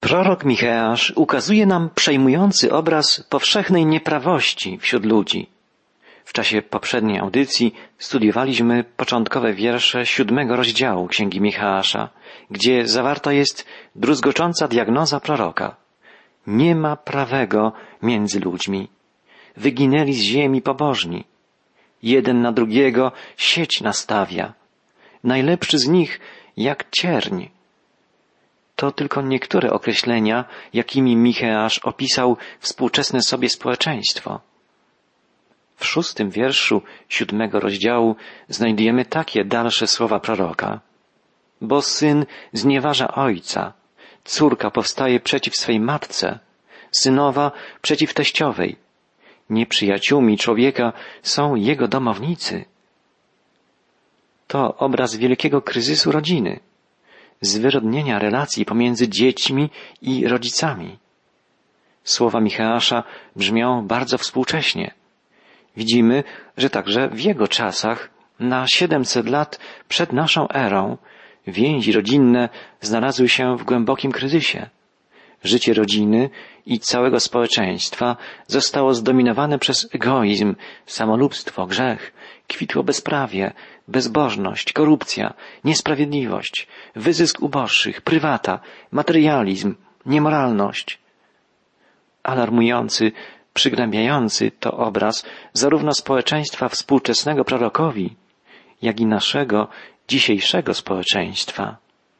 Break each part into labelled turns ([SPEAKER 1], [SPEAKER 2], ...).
[SPEAKER 1] Prorok Micheasz ukazuje nam przejmujący obraz powszechnej nieprawości wśród ludzi. W czasie poprzedniej audycji studiowaliśmy początkowe wiersze 7 rozdziału Księgi Micheasza, gdzie zawarta jest druzgocząca diagnoza proroka. Nie ma prawego między ludźmi. Wyginęli z ziemi pobożni. Jeden na drugiego sieć nastawia. Najlepszy z nich jak cierń. To tylko niektóre określenia, jakimi Micheasz opisał współczesne sobie społeczeństwo. W 6 wierszu 7 rozdziału znajdujemy takie dalsze słowa proroka. Bo syn znieważa ojca, córka powstaje przeciw swej matce, synowa przeciw teściowej. Nieprzyjaciółmi człowieka są jego domownicy. To obraz wielkiego kryzysu rodziny, zwyrodnienia relacji pomiędzy dziećmi i rodzicami. Słowa Micheasza brzmią bardzo współcześnie. Widzimy, że także w jego czasach, na 700 lat przed naszą erą, więzi rodzinne znalazły się w głębokim kryzysie. Życie rodziny i całego społeczeństwa zostało zdominowane przez egoizm, samolubstwo, grzech, kwitło bezprawie, bezbożność, korupcja, niesprawiedliwość, wyzysk uboższych, prywata, materializm, niemoralność. Alarmujący, przygnębiający to obraz zarówno społeczeństwa współczesnego prorokowi, jak i naszego dzisiejszego społeczeństwa.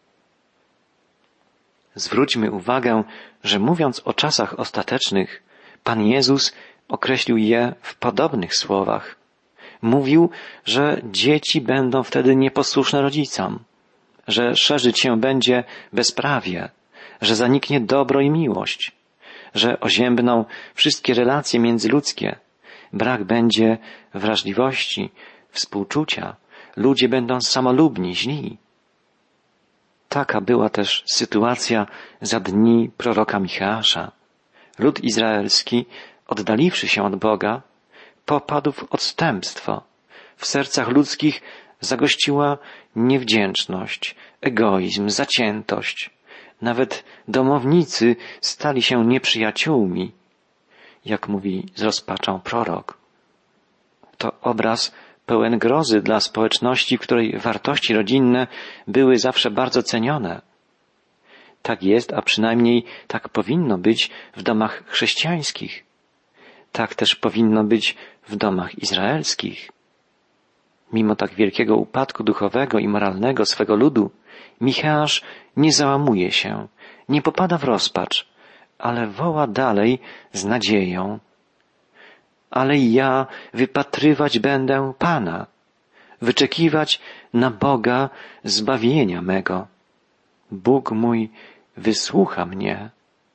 [SPEAKER 1] Zwróćmy uwagę, że mówiąc o czasach ostatecznych, Pan Jezus określił je w podobnych słowach. Mówił, że dzieci będą wtedy nieposłuszne rodzicom, że szerzyć się będzie bezprawie, że zaniknie dobro i miłość, że oziębną wszystkie relacje międzyludzkie, brak będzie wrażliwości, współczucia, ludzie będą samolubni, źli. Taka była też sytuacja za dni proroka Micheasza. Lud izraelski, oddaliwszy się od Boga, popadł w odstępstwo. W sercach ludzkich zagościła niewdzięczność, egoizm, zaciętość. Nawet domownicy stali się nieprzyjaciółmi, jak mówi z rozpaczą prorok. To obraz pełen grozy dla społeczności, w której wartości rodzinne były zawsze bardzo cenione. Tak jest, a przynajmniej tak powinno być w domach chrześcijańskich. Tak też powinno być w domach izraelskich. Mimo tak wielkiego upadku duchowego i moralnego swego ludu, Micheasz nie załamuje się, nie popada w rozpacz, ale woła dalej z nadzieją. Ale ja wypatrywać będę Pana, wyczekiwać na Boga zbawienia mego. Bóg mój wysłucha mnie.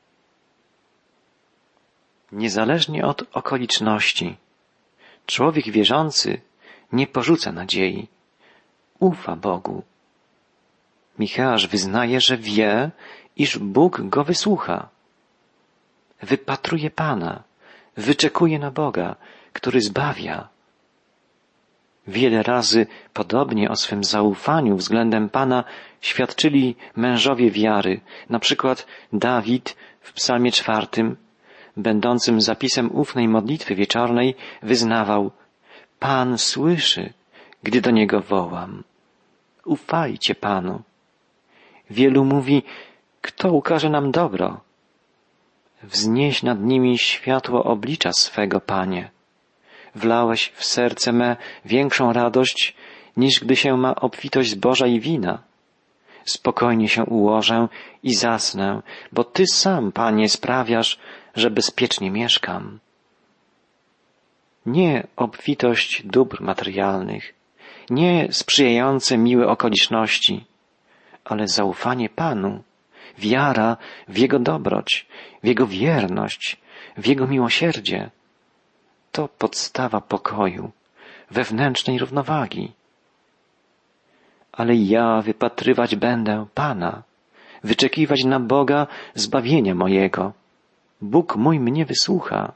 [SPEAKER 1] Niezależnie od okoliczności, człowiek wierzący nie porzuca nadziei, ufa Bogu. Micheasz wyznaje, że wie, iż Bóg go wysłucha. Wypatruje Pana, wyczekuje na Boga, który zbawia. Wiele razy podobnie o swym zaufaniu względem Pana świadczyli mężowie wiary, na przykład Dawid w Psalmie 4, będącym zapisem ufnej modlitwy wieczornej, wyznawał: Pan słyszy, gdy do Niego wołam. Ufajcie Panu. Wielu mówi: kto ukaże nam dobro? Wznieś nad nimi światło oblicza swego, Panie. Wlałeś w serce me większą radość, niż gdy się ma obfitość zboża i wina. Spokojnie się ułożę i zasnę, bo Ty sam, Panie, sprawiasz, że bezpiecznie mieszkam. Nie obfitość dóbr materialnych, nie sprzyjające miłe okoliczności, ale zaufanie Panu, wiara w Jego dobroć, w Jego wierność, w Jego miłosierdzie. To podstawa pokoju, wewnętrznej równowagi. Ale ja wypatrywać będę Pana, wyczekiwać na Boga zbawienia mojego. Bóg mój mnie wysłucha.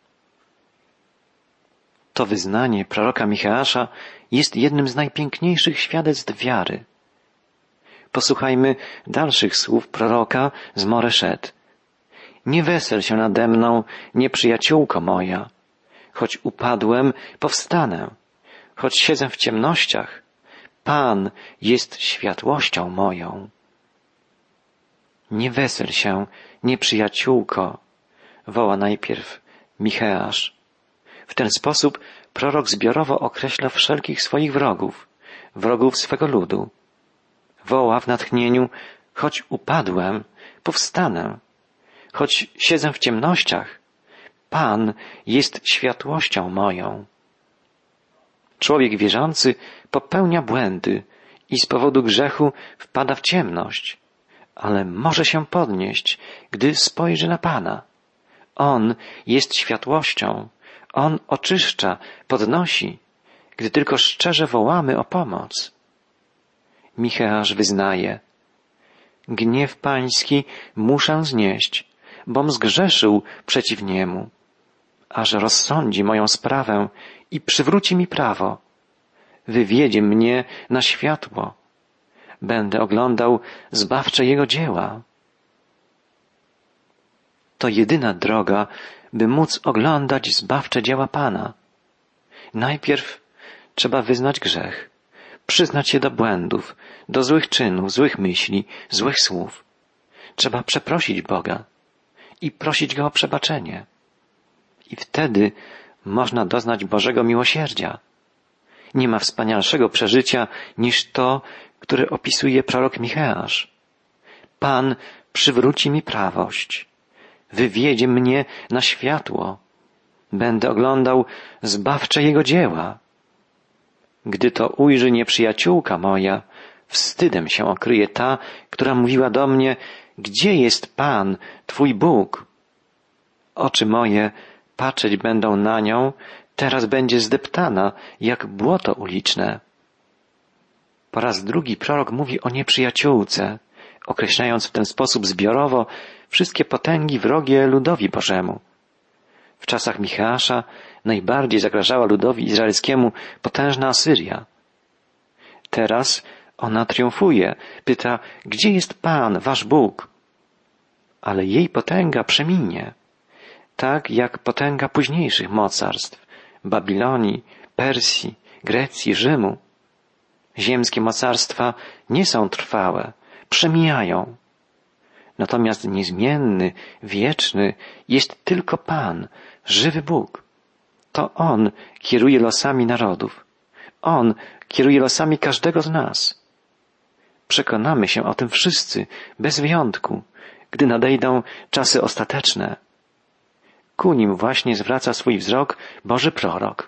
[SPEAKER 1] To wyznanie proroka Micheasza jest jednym z najpiękniejszych świadectw wiary. Posłuchajmy dalszych słów proroka z Moreszet. Nie wesel się nade mną, nieprzyjaciółko moja. Choć upadłem, powstanę. Choć siedzę w ciemnościach, Pan jest światłością moją. Nie wesel się, nieprzyjaciółko, woła najpierw Micheasz. W ten sposób prorok zbiorowo określa wszelkich swoich wrogów, wrogów swego ludu. Woła w natchnieniu, choć upadłem, powstanę. Choć siedzę w ciemnościach, Pan jest światłością moją. Człowiek wierzący popełnia błędy i z powodu grzechu wpada w ciemność, ale może się podnieść, gdy spojrzy na Pana. On jest światłością, On oczyszcza, podnosi, gdy tylko szczerze wołamy o pomoc. Micheasz wyznaje: gniew Pański muszę znieść, bom zgrzeszył przeciw Niemu, aż rozsądzi moją sprawę i przywróci mi prawo. Wywiedzie mnie na światło. Będę oglądał zbawcze Jego dzieła. To jedyna droga, by móc oglądać zbawcze dzieła Pana. Najpierw trzeba wyznać grzech, przyznać się do błędów, do złych czynów, złych myśli, złych słów. Trzeba przeprosić Boga i prosić Go o przebaczenie. I wtedy można doznać Bożego miłosierdzia. Nie ma wspanialszego przeżycia niż to, które opisuje prorok Micheasz. Pan przywróci mi prawość. Wywiedzie mnie na światło. Będę oglądał zbawcze Jego dzieła. Gdy to ujrzy nieprzyjaciółka moja, wstydem się okryje ta, która mówiła do mnie: gdzie jest Pan, Twój Bóg? Oczy moje patrzeć będą na nią, teraz będzie zdeptana, jak błoto uliczne. Po raz drugi prorok mówi o nieprzyjaciółce, określając w ten sposób zbiorowo wszystkie potęgi wrogie ludowi Bożemu. W czasach Micheasza najbardziej zagrażała ludowi izraelskiemu potężna Asyria. Teraz ona triumfuje, pyta: gdzie jest Pan, wasz Bóg? Ale jej potęga przeminie, tak jak potęga późniejszych mocarstw Babilonii, Persji, Grecji, Rzymu. Ziemskie mocarstwa nie są trwałe, przemijają. Natomiast niezmienny, wieczny jest tylko Pan, żywy Bóg. To On kieruje losami narodów. On kieruje losami każdego z nas. Przekonamy się o tym wszyscy, bez wyjątku, gdy nadejdą czasy ostateczne. Ku nim właśnie zwraca swój wzrok Boży prorok.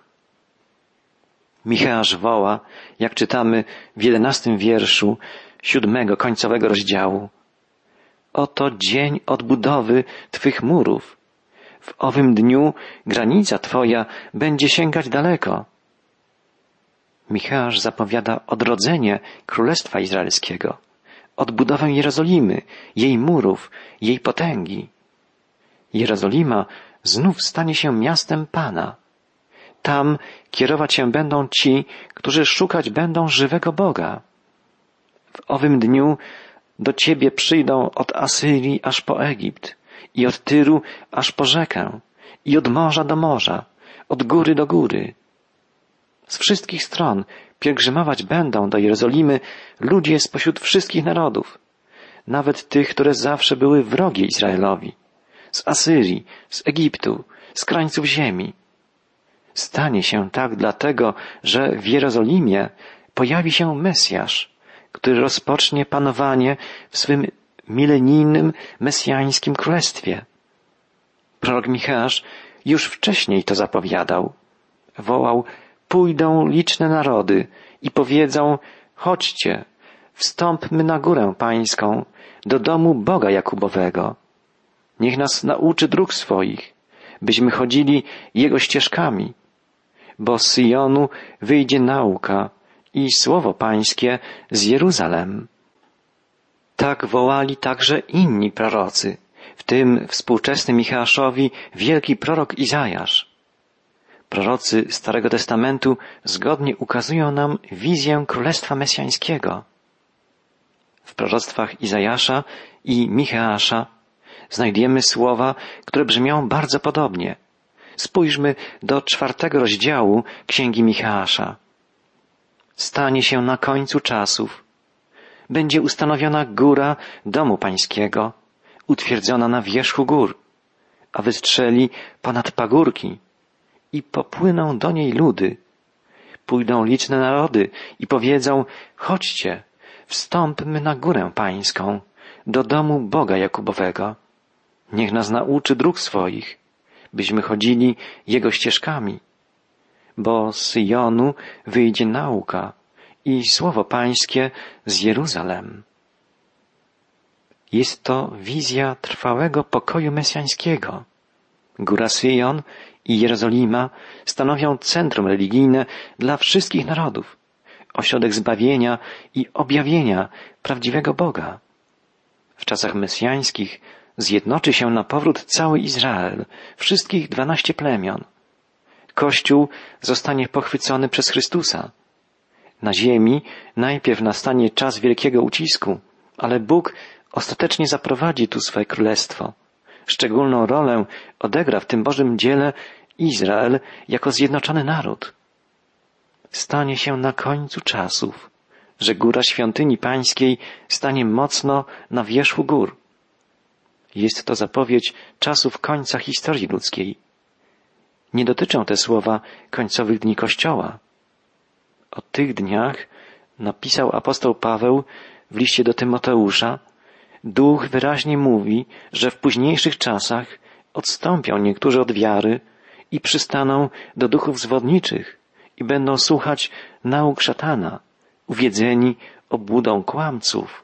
[SPEAKER 1] Micheasz woła, jak czytamy w 11 wierszu 7 końcowego rozdziału: oto dzień odbudowy Twych murów. W owym dniu granica Twoja będzie sięgać daleko. Micheasz zapowiada odrodzenie Królestwa Izraelskiego, odbudowę Jerozolimy, jej murów, jej potęgi. Jerozolima znów stanie się miastem Pana. Tam kierować się będą ci, którzy szukać będą żywego Boga. W owym dniu do Ciebie przyjdą od Asyrii aż po Egipt i od Tyru aż po rzekę i od morza do morza, od góry do góry. Z wszystkich stron pielgrzymować będą do Jerozolimy ludzie spośród wszystkich narodów, nawet tych, które zawsze były wrogie Izraelowi, z Asyrii, z Egiptu, z krańców ziemi. Stanie się tak dlatego, że w Jerozolimie pojawi się Mesjasz, który rozpocznie panowanie w swym milenijnym, mesjańskim królestwie. Prorok Micheasz już wcześniej to zapowiadał. Wołał: pójdą liczne narody i powiedzą: chodźcie, wstąpmy na górę pańską, do domu Boga Jakubowego. Niech nas nauczy dróg swoich, byśmy chodzili Jego ścieżkami. Bo z Syjonu wyjdzie nauka i słowo pańskie z Jeruzalem. Tak wołali także inni prorocy, w tym współczesny Micheaszowi wielki prorok Izajasz. Prorocy Starego Testamentu zgodnie ukazują nam wizję Królestwa Mesjańskiego. W proroctwach Izajasza i Micheasza znajdujemy słowa, które brzmią bardzo podobnie. Spójrzmy do 4 rozdziału Księgi Micheasza. Stanie się na końcu czasów. Będzie ustanowiona góra domu pańskiego, utwierdzona na wierzchu gór, a wystrzeli ponad pagórki i popłyną do niej ludy. Pójdą liczne narody i powiedzą, chodźcie, wstąpmy na górę pańską, do domu Boga Jakubowego. Niech nas nauczy dróg swoich, byśmy chodzili Jego ścieżkami. Bo z Syjonu wyjdzie nauka i słowo pańskie z Jeruzalem. Jest to wizja trwałego pokoju mesjańskiego. Góra Syjon i Jerozolima stanowią centrum religijne dla wszystkich narodów, ośrodek zbawienia i objawienia prawdziwego Boga. W czasach mesjańskich zjednoczy się na powrót cały Izrael, wszystkich 12 plemion. Kościół zostanie pochwycony przez Chrystusa. Na ziemi najpierw nastanie czas wielkiego ucisku, ale Bóg ostatecznie zaprowadzi tu swe królestwo. Szczególną rolę odegra w tym Bożym dziele Izrael jako zjednoczony naród. Stanie się na końcu czasów, że góra świątyni pańskiej stanie mocno na wierzchu gór. Jest to zapowiedź czasów końca historii ludzkiej. Nie dotyczą te słowa końcowych dni Kościoła. O tych dniach napisał apostoł Paweł w liście do Tymoteusza: Duch wyraźnie mówi, że w późniejszych czasach odstąpią niektórzy od wiary i przystaną do duchów zwodniczych i będą słuchać nauk szatana, uwiedzeni obłudą kłamców.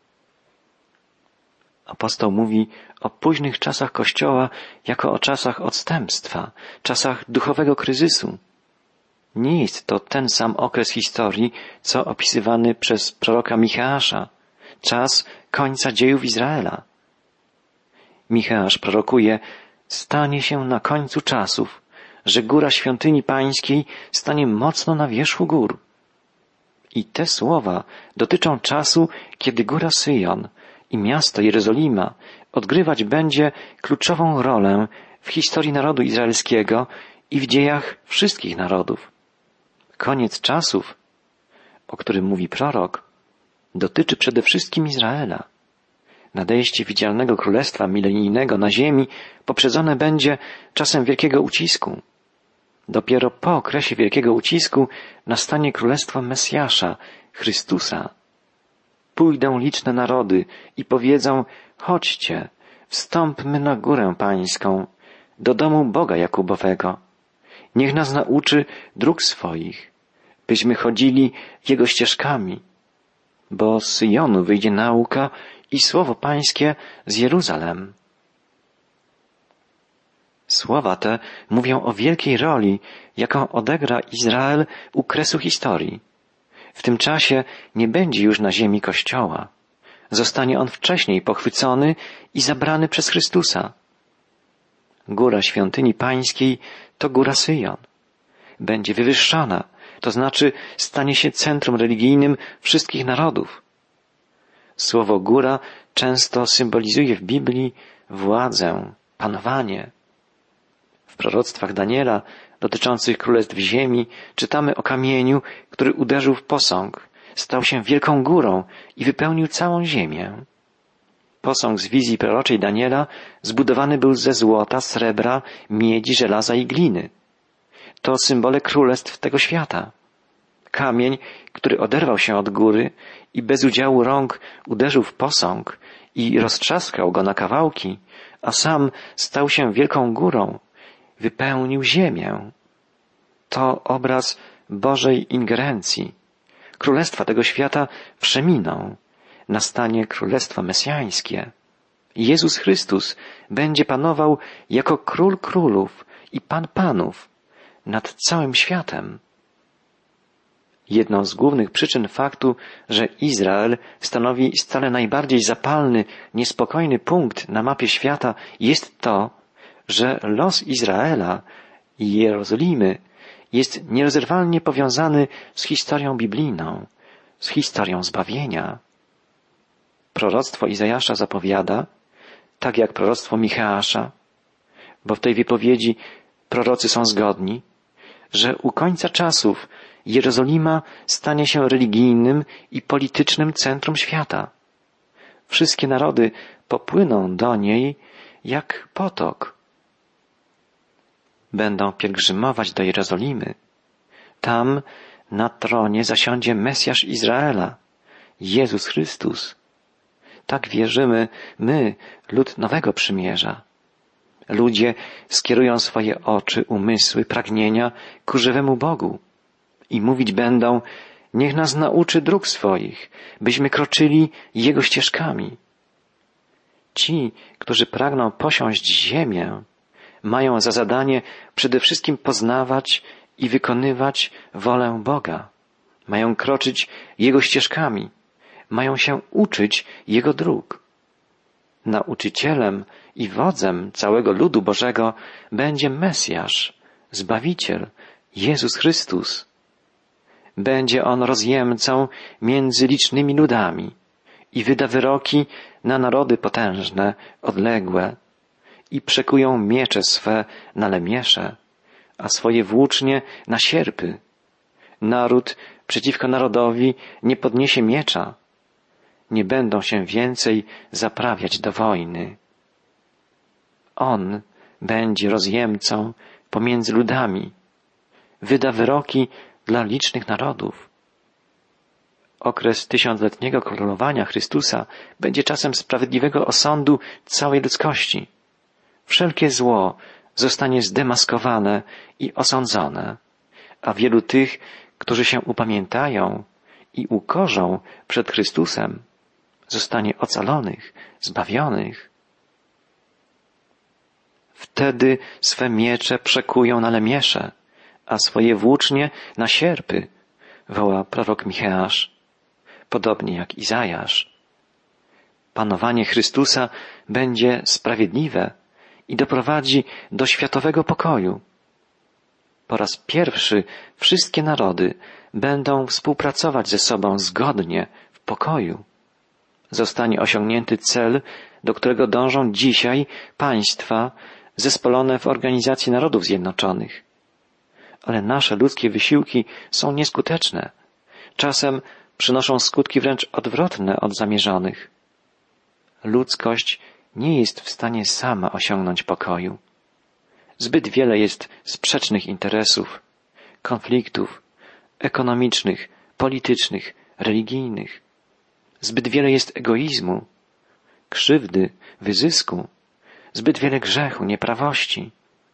[SPEAKER 1] Apostoł mówi o późnych czasach Kościoła jako o czasach odstępstwa, czasach duchowego kryzysu. Nie jest to ten sam okres historii, co opisywany przez proroka Micheasza, czas końca dziejów Izraela. Micheasz prorokuje: stanie się na końcu czasów, że góra świątyni pańskiej stanie mocno na wierzchu gór. I te słowa dotyczą czasu, kiedy góra Syjon i miasto Jerozolima odgrywać będzie kluczową rolę w historii narodu izraelskiego i w dziejach wszystkich narodów. Koniec czasów, o którym mówi prorok, dotyczy przede wszystkim Izraela. Nadejście widzialnego królestwa milenijnego na ziemi poprzedzone będzie czasem wielkiego ucisku. Dopiero po okresie wielkiego ucisku nastanie królestwo Mesjasza, Chrystusa. Pójdą liczne narody i powiedzą: chodźcie, wstąpmy na górę pańską, do domu Boga Jakubowego. Niech nas nauczy dróg swoich, byśmy chodzili Jego ścieżkami. Bo z Syjonu wyjdzie nauka i słowo pańskie z Jeruzalem. Słowa te mówią o wielkiej roli, jaką odegra Izrael u kresu historii. W tym czasie nie będzie już na ziemi Kościoła. Zostanie on wcześniej pochwycony i zabrany przez Chrystusa. Góra świątyni pańskiej to góra Syjon. Będzie wywyższana, to znaczy stanie się centrum religijnym wszystkich narodów. Słowo góra często symbolizuje w Biblii władzę, panowanie. W proroctwach Daniela dotyczących królestw ziemi czytamy o kamieniu, który uderzył w posąg, stał się wielką górą i wypełnił całą ziemię. Posąg z wizji proroczej Daniela zbudowany był ze złota, srebra, miedzi, żelaza i gliny. To symbole królestw tego świata. Kamień, który oderwał się od góry i bez udziału rąk uderzył w posąg i roztrzaskał go na kawałki, a sam stał się wielką górą, wypełnił ziemię. To obraz Bożej ingerencji. Królestwa tego świata przeminą. Nastanie królestwo mesjańskie. Jezus Chrystus będzie panował jako król królów i pan panów nad całym światem. Jedną z głównych przyczyn faktu, że Izrael stanowi stale najbardziej zapalny, niespokojny punkt na mapie świata, jest to, że los Izraela i Jerozolimy jest nierozerwalnie powiązany z historią biblijną, z historią zbawienia. proroctwo Izajasza zapowiada, tak jak proroctwo Micheasza, bo w tej wypowiedzi prorocy są zgodni, że u końca czasów Jerozolima stanie się religijnym i politycznym centrum świata. Wszystkie narody popłyną do niej jak potok. Będą pielgrzymować do Jerozolimy. Tam na tronie zasiądzie Mesjasz Izraela, Jezus Chrystus. Tak wierzymy my, lud Nowego Przymierza. Ludzie skierują swoje oczy, umysły, pragnienia ku żywemu Bogu i mówić będą: niech nas nauczy dróg swoich, byśmy kroczyli Jego ścieżkami. Ci, którzy pragną posiąść ziemię, mają za zadanie przede wszystkim poznawać i wykonywać wolę Boga. Mają kroczyć Jego ścieżkami, mają się uczyć Jego dróg. Nauczycielem i wodzem całego ludu Bożego będzie Mesjasz, Zbawiciel, Jezus Chrystus. Będzie On rozjemcą między licznymi ludami i wyda wyroki na narody potężne, odległe i przekują miecze swe na lemiesze, a swoje włócznie na sierpy. Naród przeciwko narodowi nie podniesie miecza. Nie będą się więcej zaprawiać do wojny. On będzie rozjemcą pomiędzy ludami. Wyda wyroki dla licznych narodów. Okres tysiącletniego królowania Chrystusa będzie czasem sprawiedliwego osądu całej ludzkości. Wszelkie zło zostanie zdemaskowane i osądzone, a wielu tych, którzy się upamiętają i ukorzą przed Chrystusem, zostanie ocalonych, zbawionych. Wtedy swe miecze przekują na lemiesze, a swoje włócznie na sierpy, woła prorok Micheasz, podobnie jak Izajasz. Panowanie Chrystusa będzie sprawiedliwe i doprowadzi do światowego pokoju. Po raz pierwszy wszystkie narody będą współpracować ze sobą zgodnie w pokoju. Zostanie osiągnięty cel, do którego dążą dzisiaj państwa zespolone w Organizacji Narodów Zjednoczonych. Ale nasze ludzkie wysiłki są nieskuteczne. Czasem przynoszą skutki wręcz odwrotne od zamierzonych. Ludzkość nie jest w stanie sama osiągnąć pokoju. Zbyt wiele jest sprzecznych interesów, konfliktów ekonomicznych, politycznych, religijnych. Zbyt wiele jest egoizmu, krzywdy, wyzysku, zbyt wiele grzechu, nieprawości.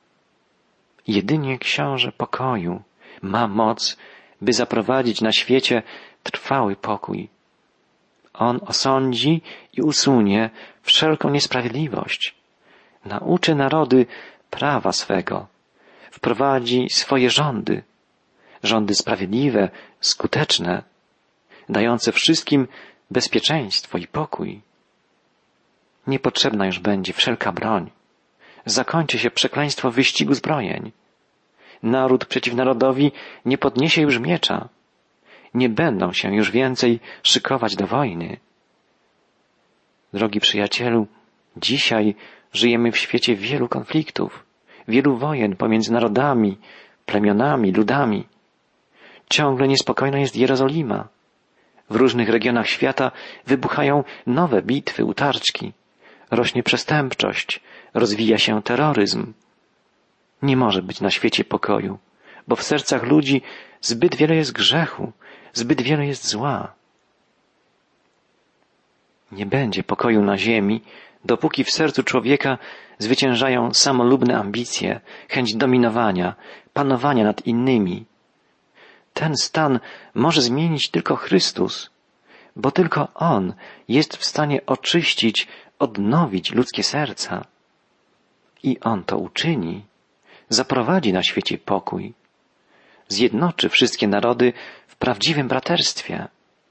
[SPEAKER 1] Jedynie Książę Pokoju ma moc, by zaprowadzić na świecie trwały pokój. On osądzi i usunie wszelką niesprawiedliwość, nauczy narody prawa swego, wprowadzi swoje rządy, rządy sprawiedliwe, skuteczne, dające wszystkim bezpieczeństwo i pokój. Niepotrzebna już będzie wszelka broń. Zakończy się przekleństwo wyścigu zbrojeń. Naród przeciw narodowi nie podniesie już miecza. Nie będą się już więcej szykować do wojny. Drogi przyjacielu, dzisiaj żyjemy w świecie wielu konfliktów, wielu wojen pomiędzy narodami, plemionami, ludami. Ciągle niespokojna jest Jerozolima. W różnych regionach świata wybuchają nowe bitwy, utarczki. Rośnie przestępczość, rozwija się terroryzm. Nie może być na świecie pokoju, bo w sercach ludzi zbyt wiele jest grzechu, zbyt wiele jest zła. Nie będzie pokoju na ziemi, dopóki w sercu człowieka zwyciężają samolubne ambicje, chęć dominowania, panowania nad innymi. Ten stan może zmienić tylko Chrystus, bo tylko On jest w stanie oczyścić, odnowić ludzkie serca. I On to uczyni, zaprowadzi na świecie pokój, zjednoczy wszystkie narody w prawdziwym braterstwie.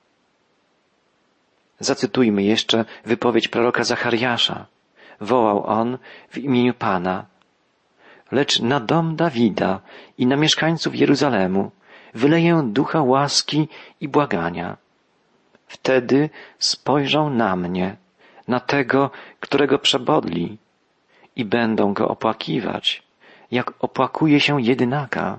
[SPEAKER 1] Zacytujmy jeszcze wypowiedź proroka Zachariasza. Wołał on w imieniu Pana: lecz na dom Dawida i na mieszkańców Jeruzalemu wyleję ducha łaski i błagania. Wtedy spojrzą na mnie, na tego, którego przebodli i będą go opłakiwać, jak opłakuje się jedynaka.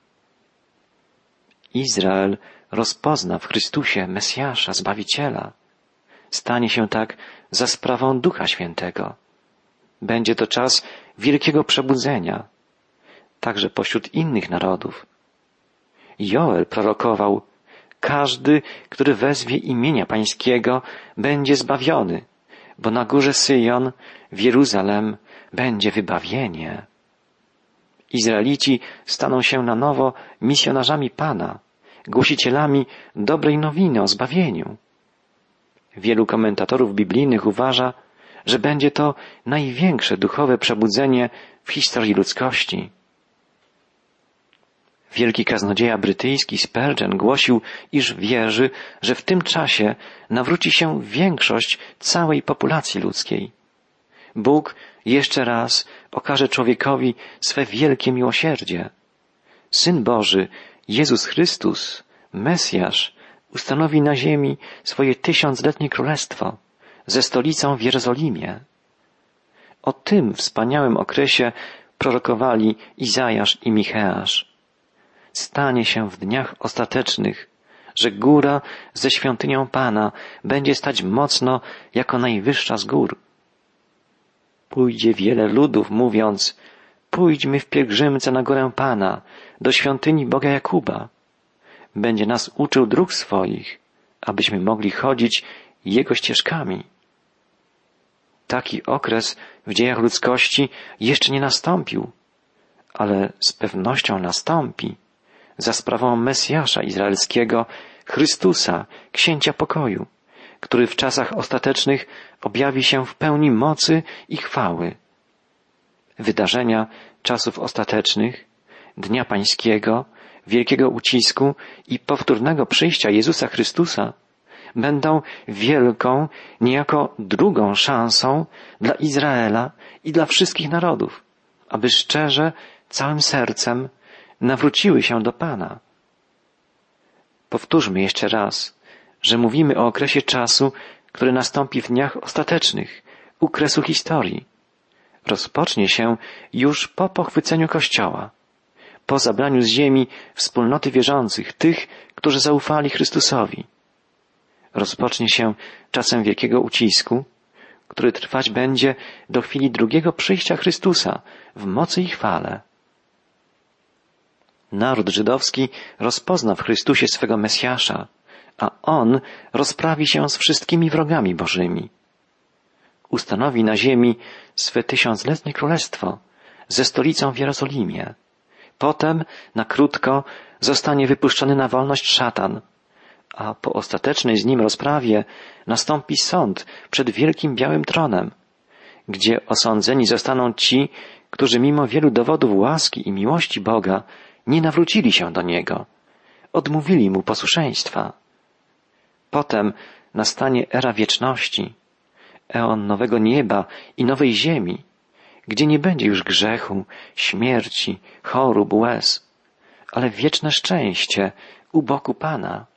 [SPEAKER 1] Izrael rozpozna w Chrystusie Mesjasza, Zbawiciela. Stanie się tak za sprawą Ducha Świętego. Będzie to czas wielkiego przebudzenia, także pośród innych narodów. Joel prorokował: każdy, który wezwie imienia Pańskiego, będzie zbawiony, bo na górze Syjon, w Jeruzalem, będzie wybawienie. Izraelici staną się na nowo misjonarzami Pana, głosicielami dobrej nowiny o zbawieniu. Wielu komentatorów biblijnych uważa, że będzie to największe duchowe przebudzenie w historii ludzkości. Wielki kaznodzieja brytyjski Spurgeon głosił, iż wierzy, że w tym czasie nawróci się większość całej populacji ludzkiej. Bóg jeszcze raz okaże człowiekowi swe wielkie miłosierdzie. Syn Boży, Jezus Chrystus, Mesjasz, ustanowi na ziemi swoje 1000-letnie królestwo ze stolicą w Jerozolimie. O tym wspaniałym okresie prorokowali Izajasz i Micheasz. Stanie się w dniach ostatecznych, że góra ze świątynią Pana będzie stać mocno jako najwyższa z gór. Pójdzie wiele ludów, mówiąc: pójdźmy w pielgrzymce na górę Pana, do świątyni Boga Jakuba. Będzie nas uczył dróg swoich, abyśmy mogli chodzić Jego ścieżkami. Taki okres w dziejach ludzkości jeszcze nie nastąpił, ale z pewnością nastąpi za sprawą Mesjasza Izraelskiego, Chrystusa, Księcia Pokoju, który w czasach ostatecznych objawi się w pełni mocy i chwały. Wydarzenia czasów ostatecznych, Dnia Pańskiego, wielkiego ucisku i powtórnego przyjścia Jezusa Chrystusa będą wielką, niejako drugą szansą dla Izraela i dla wszystkich narodów, aby szczerze, całym sercem nawróciły się do Pana. Powtórzmy jeszcze raz, że mówimy o okresie czasu, który nastąpi w dniach ostatecznych, u kresu historii. Rozpocznie się już po pochwyceniu Kościoła, po zabraniu z ziemi wspólnoty wierzących, tych, którzy zaufali Chrystusowi. Rozpocznie się czasem wielkiego ucisku, który trwać będzie do chwili drugiego przyjścia Chrystusa w mocy i chwale. Naród żydowski rozpozna w Chrystusie swego Mesjasza, a On rozprawi się z wszystkimi wrogami Bożymi. Ustanowi na ziemi swe 1000-letnie królestwo ze stolicą w Jerozolimie. Potem, na krótko, zostanie wypuszczony na wolność szatan, a po ostatecznej z nim rozprawie nastąpi sąd przed wielkim białym tronem, gdzie osądzeni zostaną ci, którzy mimo wielu dowodów łaski i miłości Boga nie nawrócili się do Niego, odmówili Mu posłuszeństwa. Potem nastanie era wieczności, eon nowego nieba i nowej ziemi, gdzie nie będzie już grzechu, śmierci, chorób, łez, ale wieczne szczęście u boku Pana.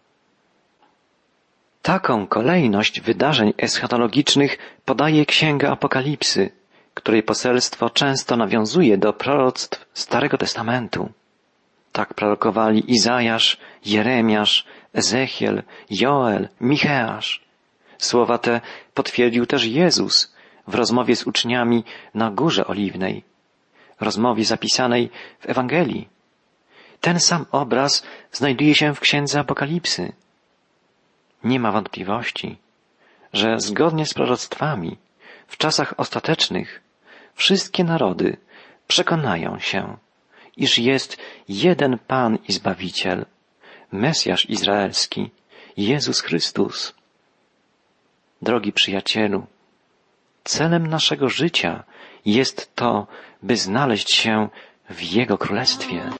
[SPEAKER 1] Taką kolejność wydarzeń eschatologicznych podaje Księga Apokalipsy, której poselstwo często nawiązuje do proroctw Starego Testamentu. Tak prorokowali Izajasz, Jeremiasz, Ezechiel, Joel, Micheasz. Słowa te potwierdził też Jezus w rozmowie z uczniami na Górze Oliwnej, rozmowie zapisanej w Ewangelii. Ten sam obraz znajduje się w Księdze Apokalipsy. Nie ma wątpliwości, że zgodnie z proroctwami w czasach ostatecznych wszystkie narody przekonają się, iż jest jeden Pan i Zbawiciel, Mesjasz Izraelski, Jezus Chrystus. Drogi przyjacielu, celem naszego życia jest to, by znaleźć się w Jego Królestwie.